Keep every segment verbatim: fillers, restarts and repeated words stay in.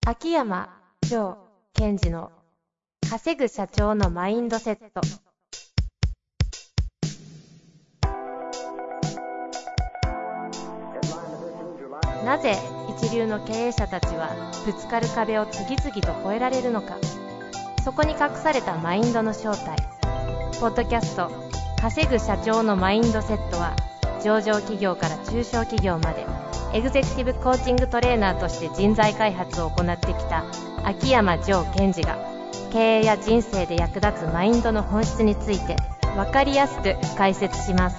秋山城賢治の稼ぐ社長のマインドセット。なぜ一流の経営者たちはぶつかる壁を次々と越えられるのか。そこに隠されたマインドの正体。ポッドキャスト稼ぐ社長のマインドセットは、上場企業から中小企業までエグゼクティブコーチングトレーナーとして人材開発を行ってきた秋山城賢治が、経営や人生で役立つマインドの本質について分かりやすく解説します。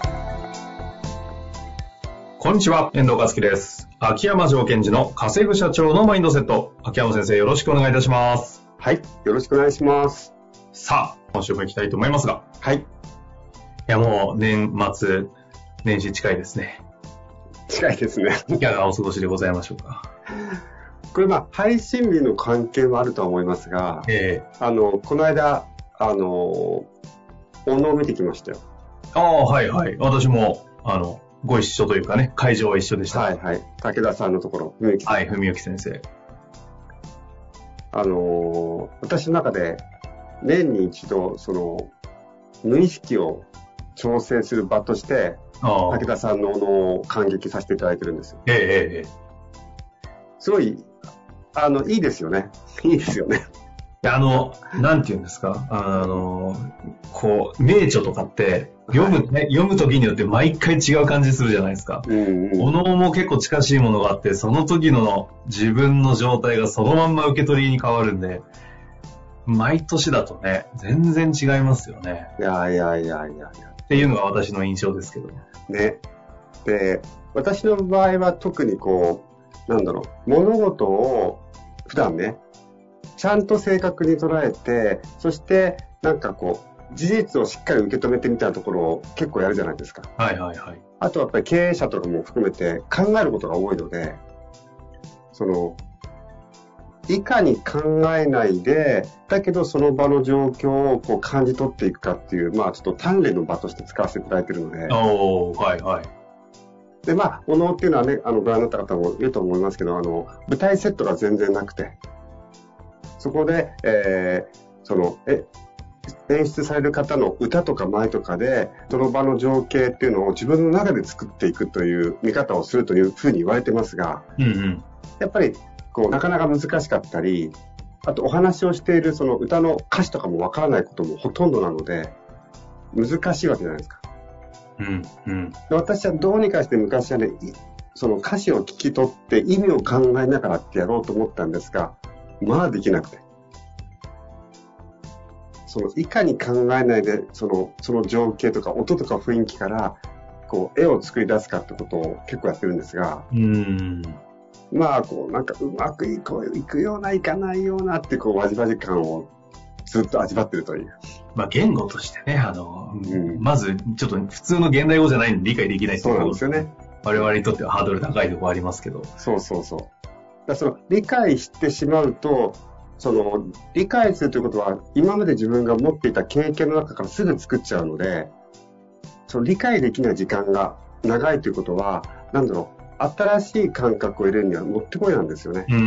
こんにちは、遠藤和樹です。秋山城賢治の稼ぐ社長のマインドセット。秋山先生、よろしくお願いいたします。 はい、よろしくお願いします。 さあ、今週も行きたいと思いますが。 はい。 いや、もう年末年始近いですね。 近いですね。 いかがお過ごしでございましょうか。 これまあ配信日の関係もあるとは思いますが、えー、あのこの間あのお能を見てきましたよ。 ああ、はいはい。私もあのご一緒というかね、会場は一緒でした。 はいはい。武田さんのところ、 文幸さん。はい、文幸先生。 あの私の中で年に一度その無意識を調整する場として、武田さんのお能を感激させていただいてるんですよ。 ええええ。 すごいあのいいですよね。いいですよね。 あのなんていうんですか、あのこう名著とかって読む、ね、はい、読む時によって毎回違う感じするじゃないですか。うんうん、お能も結構近しいものがあって、その時の自分の状態がそのまんま受け取りに変わるんで、毎年だとね全然違いますよね。 いやいやいやいやいや。 っていうのが私の印象ですけどね。で、私の場合は特にこうなんだろう、物事を普段ねちゃんと正確に捉えて、そしてなんかこう事実をしっかり受け止めてみたいなところを結構やるじゃないですか。 はいはいはい。 あとはやっぱり経営者とかも含めて考えることが多いので、そのいかに考えないで、だけどその場の状況をこう感じ取っていくかっていう、まあちょっと鍛錬の場として使わせていただいているので。 おー、はいはい。 で、まあ、お能っていうのはね、あの、ご覧になった方もいると思いますけど、あの、舞台セットが全然なくて、そこで、えー、その、え、演出される方の歌とか舞とかで、その場の情景っていうのを自分の中で作っていくという見方をするというふうに言われてますが、うんうん、やっぱり、こうなかなか難しかったり、あとお話をしているその歌の歌詞とかもわからないこともほとんどなので難しいわけじゃないですか。うんうん、で私はどうにかして昔はね、その歌詞を聞き取って意味を考えながらってやろうと思ったんですが、まあできなくて、そのいかに考えないでそのその情景とか音とか雰囲気からこう絵を作り出すかってことを結構やってるんですが、うーん、まあ、こう、なんか、うまくいく、いくような、いかないようなって、こう、わじわじ感をずっと味わってるという。 まあ、言語としてね、あの、うん、まず、ちょっと普通の現代語じゃないので理解できないっていう。 そうなんですよね。 我々にとってはハードル高いところありますけど。 そうそうそう。だからその、理解してしまうと、その、理解するということは、今まで自分が持っていた経験の中からすぐ作っちゃうので、その、理解できない時間が長いということは、なんだろう、新しい感覚を入れるにはもってこいなんですよね。うん、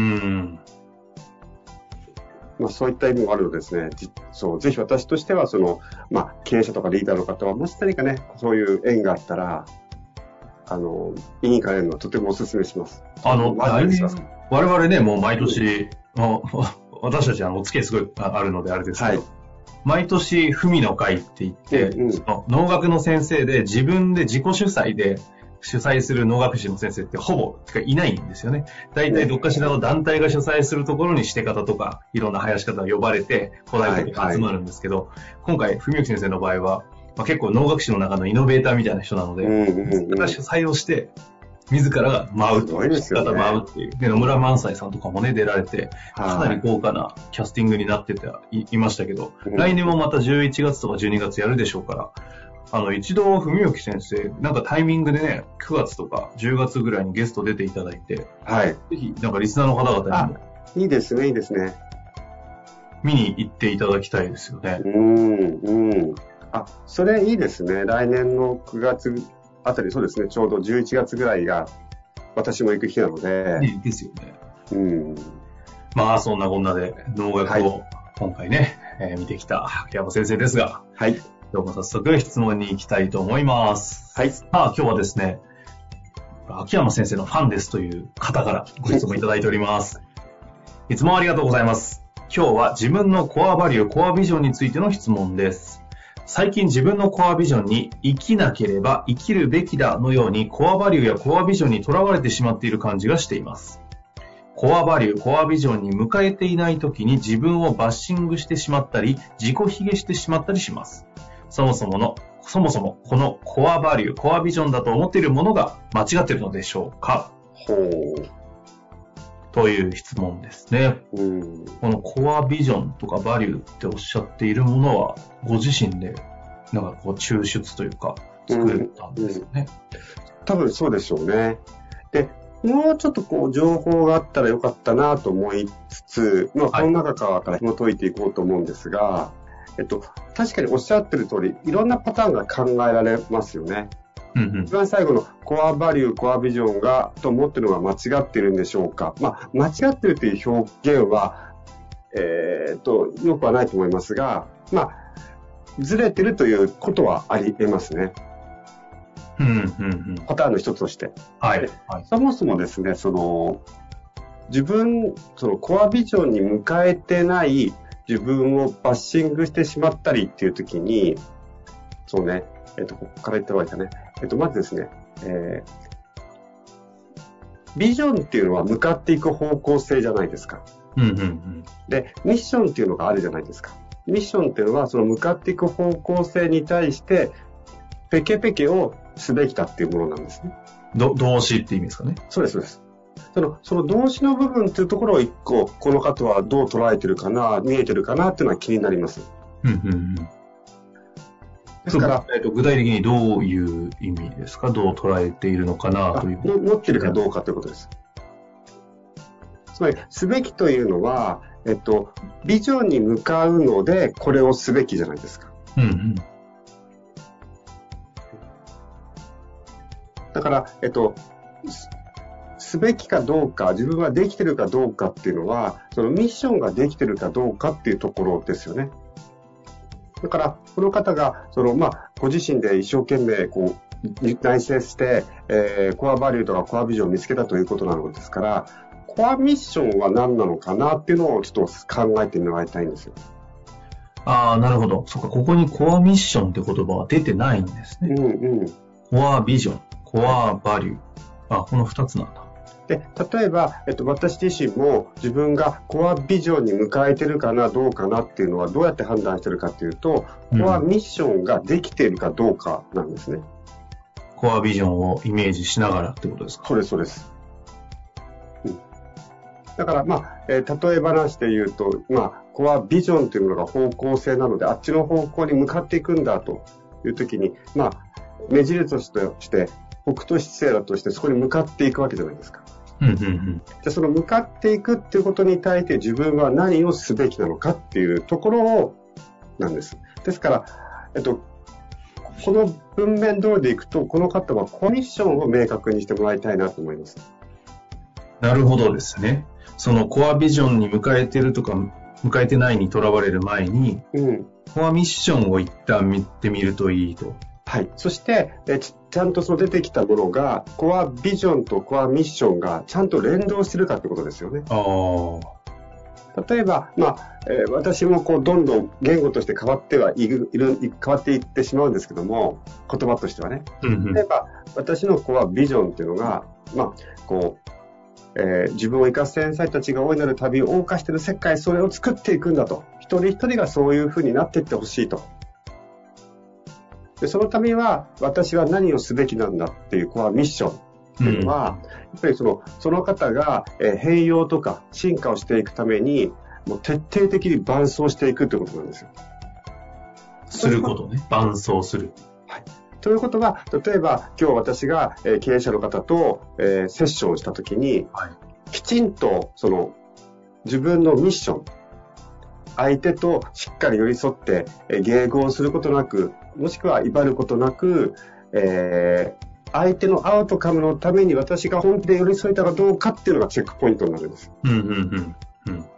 まあ、そういった意味もあるのですね。そうぜひ私としてはその、まあ、経営者とかリーダーの方はもし何かねそういう縁があったらあの見に行かれるのはとてもお勧めします。 あの我々ねもう毎年、うん、私たちはお付き合いすごいあるのであれですけど、はい、毎年文の会って言って、うんうん、その能楽の先生で自分で自己主催で主催する能楽師の先生ってほぼてかいないんですよね。大体どっかしらの団体が主催するところにして方とかいろんな囃し方が呼ばれて古代とか集まるんですけど、はいはい、今回文幸先生の場合は、まあ、結構能楽師の中のイノベーターみたいな人なので、うんうんうん、自ら主催をして自らが舞うという、方舞うっていうで野村萬斎さんとかもね出られてかなり豪華なキャスティングになってて い, いましたけど、うん、来年もまたじゅういちがつとかじゅうにがつやるでしょうから。あの、一度、文幸先生、なんかタイミングでね、くがつとかじゅうがつぐらいにゲスト出ていただいて、はい。ぜひ、なんかリスナーの方々にも。 いいですね、いいですね。 見に行っていただきたいですよね。 うん、うん。あ、それいいですね。来年のくがつあたり、そうですね、ちょうどじゅういちがつぐらいが、私も行く日なので。 いいですよね。うん。 まあそんなこんなで農学を今回ね、はい、えー、見てきた秋山先生ですが、 はい。 今日も早速質問に行きたいと思います。 はい。 さあ今日はですね、秋山先生のファンですという方からご質問いただいております。いつもありがとうございます。今日は自分のコアバリュー、コアビジョンについての質問です。最近自分のコアビジョンに生きなければ生きるべきだのようにコアバリューやコアビジョンにとらわれてしまっている感じがしています。コアバリュー、コアビジョンに向かえていない時に自分をバッシングしてしまったり、自己卑下してしまったりします。そもそもの、そもそもこのコアバリュー、コアビジョンだと思っているものが間違っているのでしょうか？ ほう。 という質問ですね。 うん、 このコアビジョンとかバリューっておっしゃっているものは、ご自身でなんかこう抽出というか作れたんですよね、 うんうん。多分そうでしょうね。で、もうちょっとこう情報があったらよかったなと思いつつ、まあ、この中から紐解いていこうと思うんですが、はい、えっと、確かにおっしゃってる通り、いろんなパターンが考えられますよね。 うんうん、 一番最後のコアバリュー、コアビジョンがと思っているのが間違っているんでしょうか。まあ、間違っているという表現は、えー、っと、よくはないと思いますが、まあ、ずれてるということはあり得ますね。 うんうんうん、 パターンの一つとして。 はい。はい、 そもそもですね、その、自分、そのコアビジョンに迎えてない自分をバッシングしてしまったりっていうときに、そうね、えっと、ここから言った方がいいかね。えっと、まずですね、えー、ビジョンっていうのは向かっていく方向性じゃないですか。 うんうんうん、 で、ミッションっていうのがあるじゃないですか。ミッションっていうのは、その向かっていく方向性に対して、ペケペケをすべきだっていうものなんですね。 ど動詞って意味ですかね。 そうです、そうです。その、その動詞の部分っていうところを一個、この方はどう捉えてるかな、見えてるかなっていうのは気になります。 うんうんうん。ですから、えっと、具体的にどういう意味ですか？どう捉えているのかなという。 持ってるかどうかということです。つまり、すべきというのは、えっと、ビジョンに向かうので、これをすべきじゃないですか。 うんうん。 だから、えっと、すべきかどうか、自分はできてるかどうかっていうのは、そのミッションができてるかどうかっていうところですよね。だから、この方が、その、まあ、ご自身で一生懸命、こう、内省して、えー、コアバリューとかコアビジョンを見つけたということなのですから、コアミッションは何なのかなっていうのをちょっと考えてもらいたいんですよ。 ああ、なるほど。そっか、ここにコアミッションって言葉は出てないんですね。 うんうん。 コアビジョン、コアバリュー。あ、この二つなんだ。 で、例えば、えっと、私自身も自分がコアビジョンに迎えてるかな、どうかなっていうのはどうやって判断してるかっていうと、コアミッションができているかどうかなんですね。うん、 コアビジョンをイメージしながらってことですか？ そうです、そうです。うん、だから、まあ、えー、例え話で言うと、まあ、コアビジョンというものが方向性なので、あっちの方向に向かっていくんだというときに、まあ、目印として、北斗七星だとしてそこに向かっていくわけじゃないですか。 うんうんうん、 でその向かっていくっていうことに対して自分は何をすべきなのかっていうところをなんです。ですから、えっと、この文面通りでいくと、この方はコアミッションを明確にしてもらいたいなと思います。 なるほどですね。そのコアビジョンに迎えてるとか迎えてないにとらわれる前に、 うん、 コアミッションを一旦見てみるといいと。 はい。そして、えち、ちゃんとその出てきたものが、コアビジョンとコアミッションがちゃんと連動してるかってことですよね。 ああ。例えば、まあ、えー、私もこう、どんどん言語として変わってはいる、いる、変わっていってしまうんですけども、言葉としてはね。 うんうん、 例えば、私のコアビジョンっていうのが、まあ、こう、えー、自分を生かす天才たちが大いなる旅を謳歌している世界、それを作っていくんだと。一人一人がそういうふうになっていってほしいと。でそのためには私は何をすべきなんだっていうコアミッションっていうのは、うん、やっぱりそのその方が、えー、変容とか進化をしていくためにもう徹底的に伴走していくってことなんですよ。 することね。伴走する。 はい。ということは、例えば今日私が、えー、経営者の方と、えー、セッションしたときに、はい、きちんとその自分のミッション、相手としっかり寄り添って、えー、迎合することなく、もしくは威張ることなく、えー、相手のアウトカムのために私が本気で寄り添えたかどうかっていうのがチェックポイントになるんです。 うんうんうんうん、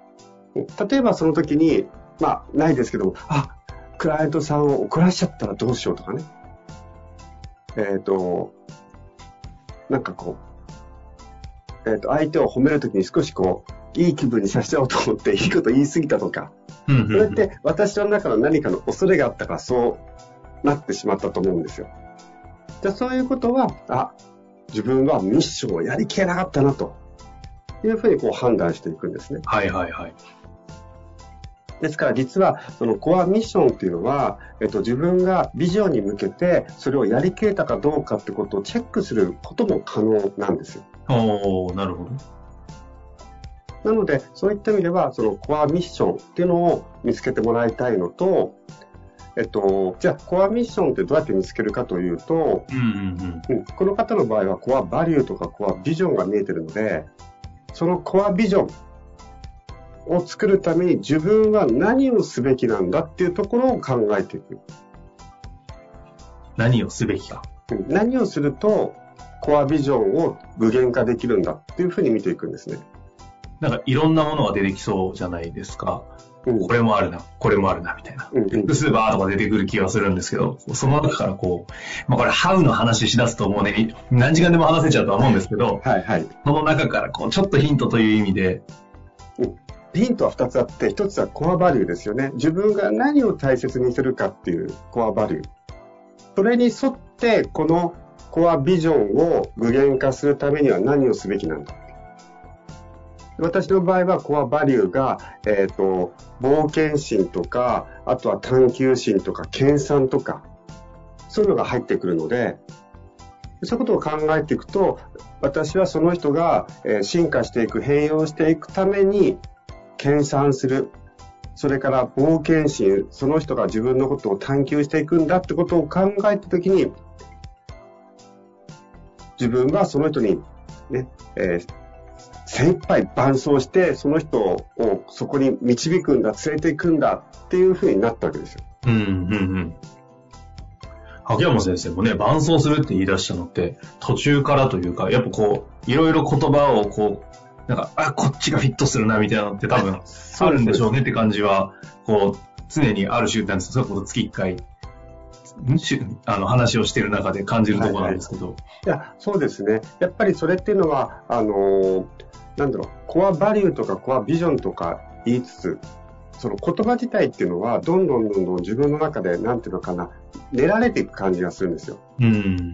例えばその時に、まあ、ないですけども、あ、クライアントさんを怒らしちゃったらどうしようとかね。えっと、なんかこう、えっと、相手を褒めるときに少しこう、いい気分にさせちゃおうと思って、いいこと言い過ぎたとか、 うんうんうん、 それって私の中の何かの恐れがあったからそうなってしまったと思うんですよ。じゃあそういうことは、あ、自分はミッションをやりきれなかったなというふうにこう判断していくんですね。 はいはいはい。 ですから実はそのコアミッションっていうのは、えっと、自分がビジョンに向けてそれをやりきれたかどうかってことをチェックすることも可能なんですよ。 おー、なるほど。 なのでそういった意味ではそのコアミッションっていうのを見つけてもらいたいのと、えっと、じゃあコアミッションってどうやって見つけるかというと、 うんうんうんうん、この方の場合はコアバリューとかコアビジョンが見えてるので、そのコアビジョンを作るために自分は何をすべきなんだっていうところを考えていく。 何をすべきか。 何をするとコアビジョンを具現化できるんだっていうふうに見ていくんですね。 なんかいろんなものが出てきそうじゃないですか。うん、これもあるな、これもあるなみたいな。うんうん、複数バーとか出てくる気がするんですけど、その中からこう、まあこれハウの話し出すともうね、何時間でも話せちゃうとは思うんですけど、 はいはい、 その中からこうちょっとヒントという意味で、 うんヒントはふたつあって、ひとつはコアバリューですよね。自分が何を大切にするかっていうコアバリュー。それに沿って、このコアビジョンを具現化するためには何をすべきなんだ。私の場合はコアバリューが、えっと、冒険心とか、あとは探求心とか、研鑽とか、そういうのが入ってくるので、そういうことを考えていくと、私はその人が進化していく、変容していくために、研鑽する、それから冒険心、その人が自分のことを探求していくんだってことを考えたときに、自分はその人に、ねえー、精一杯伴走してその人をそこに導くんだ、連れていくんだっていうふうになったわけですよ。 うんうんうん。秋山先生もね、伴走するって言い出したのって途中からというか、やっぱこういろいろ言葉をこうなんか、あ、こっちがフィットするな、みたいなのって多分、あるんでしょうねって感じは、こう、常にある種なんですけど、月いっかい、あの、話をしている中で感じるところなんですけど。はいはい、 いや、そうですね。やっぱりそれっていうのは、あの、なんだろう、コアバリューとかコアビジョンとか言いつつ、その言葉自体っていうのは、どんどんどんどん自分の中で、なんていうのかな、練られていく感じがするんですよ。 うん。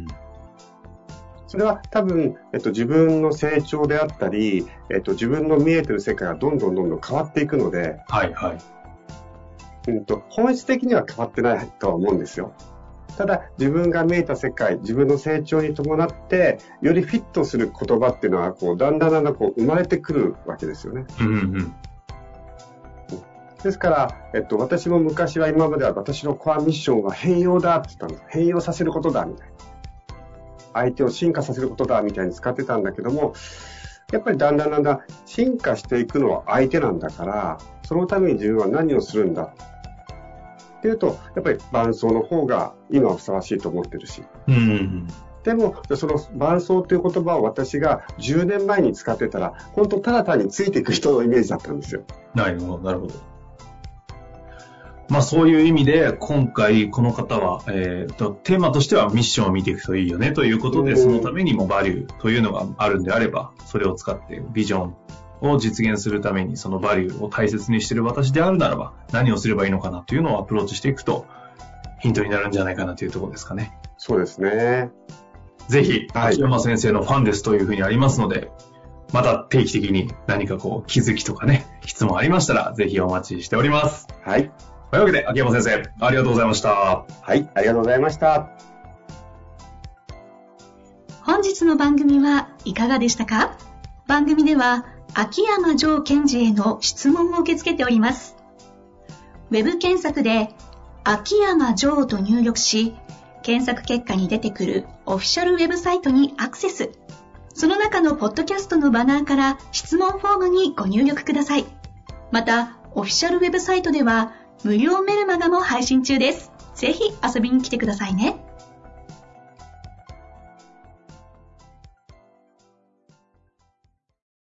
それは多分、えっと、自分の成長であったり、えっと、自分の見えてる世界がどんどんどんどん変わっていくので、 はいはい。 うんと、本質的には変わってないとは思うんですよ。ただ、自分が見えた世界、自分の成長に伴って、よりフィットする言葉っていうのは、こう、だんだんだんだんこう、生まれてくるわけですよね。 うんうん。 ですから、えっと、私も昔は今までは私のコアミッションは変容だって言ったんです。変容させることだ、みたいな。相手を進化させることだみたいに使ってたんだけども、やっぱりだんだんだんだん進化していくのは相手なんだから、そのために自分は何をするんだっていうと、やっぱり伴走の方が今はふさわしいと思ってるし、 うん、 でもその伴走という言葉を私がじゅうねんまえに使ってたら、本当ただ単についていく人のイメージだったんですよ。 なるほど、なるほど。まあそういう意味で今回この方は、えー、とテーマとしてはミッションを見ていくといいよねということで、そのためにもバリューというのがあるんであれば、それを使ってビジョンを実現するためにそのバリューを大切にしている私であるならば何をすればいいのかなというのをアプローチしていくとヒントになるんじゃないかなというところですかね。 そうですね。 ぜひ秋山先生のファンですというふうにありますので、また定期的に何かこう気づきとかね、質問ありましたらぜひお待ちしております。 はい。 というわけで、秋山先生、ありがとうございました。 はい、ありがとうございました。 本日の番組はいかがでしたか？番組では、秋山城賢治への質問を受け付けております。ウェブ検索で、秋山城と入力し、検索結果に出てくるオフィシャルウェブサイトにアクセス。その中のポッドキャストのバナーから質問フォームにご入力ください。また、オフィシャルウェブサイトでは、無料メルマガも配信中です。ぜひ遊びに来てくださいね。